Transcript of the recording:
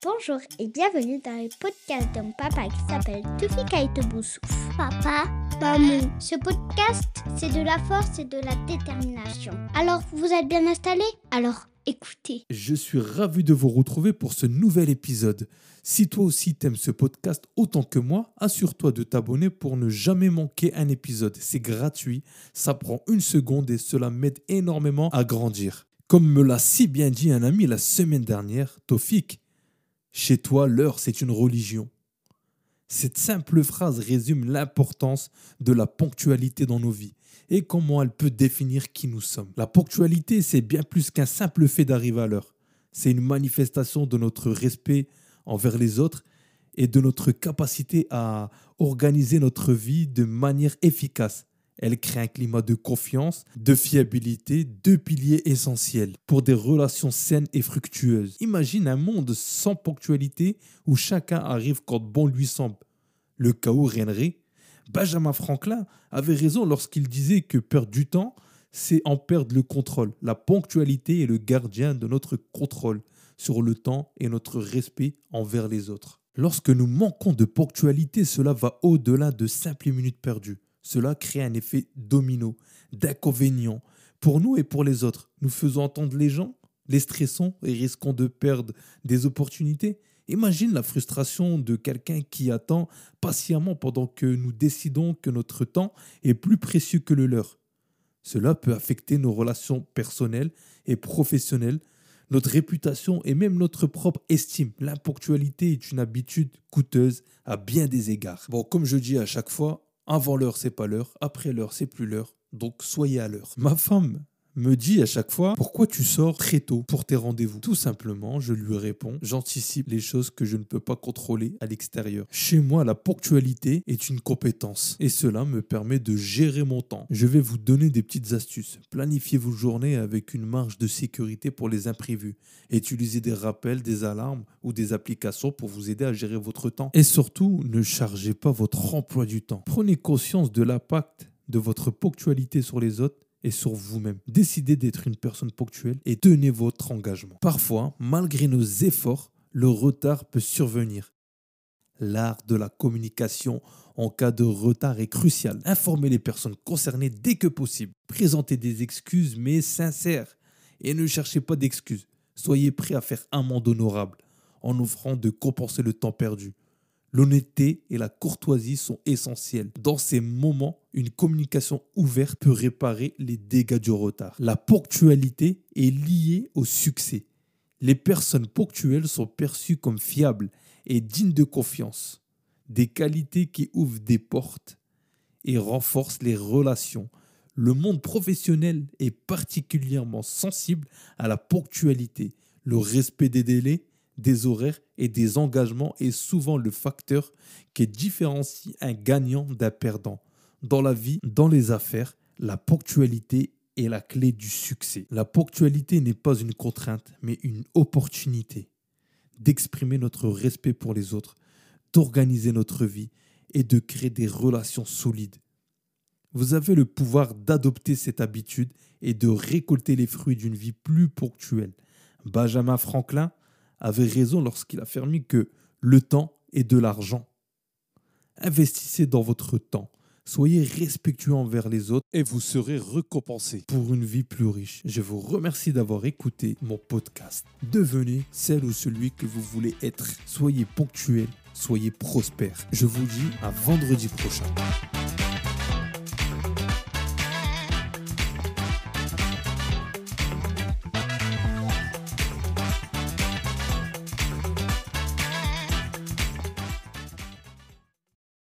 Bonjour et bienvenue dans le podcast de mon papa qui s'appelle Toufik Aït Boussouf. Papa, maman, ce podcast, c'est de la force et de la détermination. Alors, vous êtes bien installés? Alors, écoutez. Je suis ravi de vous retrouver pour ce nouvel épisode. Si toi aussi t'aimes ce podcast autant que moi, assure-toi de t'abonner pour ne jamais manquer un épisode. C'est gratuit, ça prend 1 seconde et cela m'aide énormément à grandir. Comme me l'a si bien dit un ami la semaine dernière, Toufik, chez toi, l'heure, c'est une religion. Cette simple phrase résume l'importance de la ponctualité dans nos vies et comment elle peut définir qui nous sommes. La ponctualité, c'est bien plus qu'un simple fait d'arriver à l'heure. C'est une manifestation de notre respect envers les autres et de notre capacité à organiser notre vie de manière efficace. Elle crée un climat de confiance, de fiabilité, 2 piliers essentiels pour des relations saines et fructueuses. Imagine un monde sans ponctualité où chacun arrive quand bon lui semble. Le chaos régnerait. Benjamin Franklin avait raison lorsqu'il disait que perdre du temps, c'est en perdre le contrôle. La ponctualité est le gardien de notre contrôle sur le temps et notre respect envers les autres. Lorsque nous manquons de ponctualité, cela va au-delà de simples minutes perdues. Cela crée un effet domino, d'inconvénients pour nous et pour les autres. Nous faisons entendre les gens, les stressons et risquons de perdre des opportunités. Imagine la frustration de quelqu'un qui attend patiemment pendant que nous décidons que notre temps est plus précieux que le leur. Cela peut affecter nos relations personnelles et professionnelles, notre réputation et même notre propre estime. L'imponctualité est une habitude coûteuse à bien des égards. Bon, comme je dis à chaque fois, avant l'heure, c'est pas l'heure. Après l'heure, c'est plus l'heure. Donc, soyez à l'heure. Ma femme me dit à chaque fois, pourquoi tu sors très tôt pour tes rendez-vous? Tout simplement, je lui réponds, j'anticipe les choses que je ne peux pas contrôler à l'extérieur. Chez moi, la ponctualité est une compétence et cela me permet de gérer mon temps. Je vais vous donner des petites astuces. Planifiez vos journées avec une marge de sécurité pour les imprévus. Utilisez des rappels, des alarmes ou des applications pour vous aider à gérer votre temps. Et surtout, ne chargez pas votre emploi du temps. Prenez conscience de l'impact de votre ponctualité sur les autres et sur vous-même. Décidez d'être une personne ponctuelle et tenez votre engagement. Parfois, malgré nos efforts, le retard peut survenir. L'art de la communication en cas de retard est crucial. Informez les personnes concernées dès que possible. Présentez des excuses mais sincères et ne cherchez pas d'excuses. Soyez prêts à faire amende honorable en offrant de compenser le temps perdu. L'honnêteté et la courtoisie sont essentielles. Dans ces moments, une communication ouverte peut réparer les dégâts du retard. La ponctualité est liée au succès. Les personnes ponctuelles sont perçues comme fiables et dignes de confiance. Des qualités qui ouvrent des portes et renforcent les relations. Le monde professionnel est particulièrement sensible à la ponctualité. Le respect des délais, des horaires et des engagements est souvent le facteur qui différencie un gagnant d'un perdant. Dans la vie, dans les affaires, la ponctualité est la clé du succès. La ponctualité n'est pas une contrainte, mais une opportunité d'exprimer notre respect pour les autres, d'organiser notre vie et de créer des relations solides. Vous avez le pouvoir d'adopter cette habitude et de récolter les fruits d'une vie plus ponctuelle. Benjamin Franklin avait raison lorsqu'il a affirmé que le temps est de l'argent. Investissez dans votre temps. Soyez respectueux envers les autres et vous serez récompensé pour une vie plus riche. Je vous remercie d'avoir écouté mon podcast. Devenez celle ou celui que vous voulez être. Soyez ponctuel, soyez prospère. Je vous dis à vendredi prochain.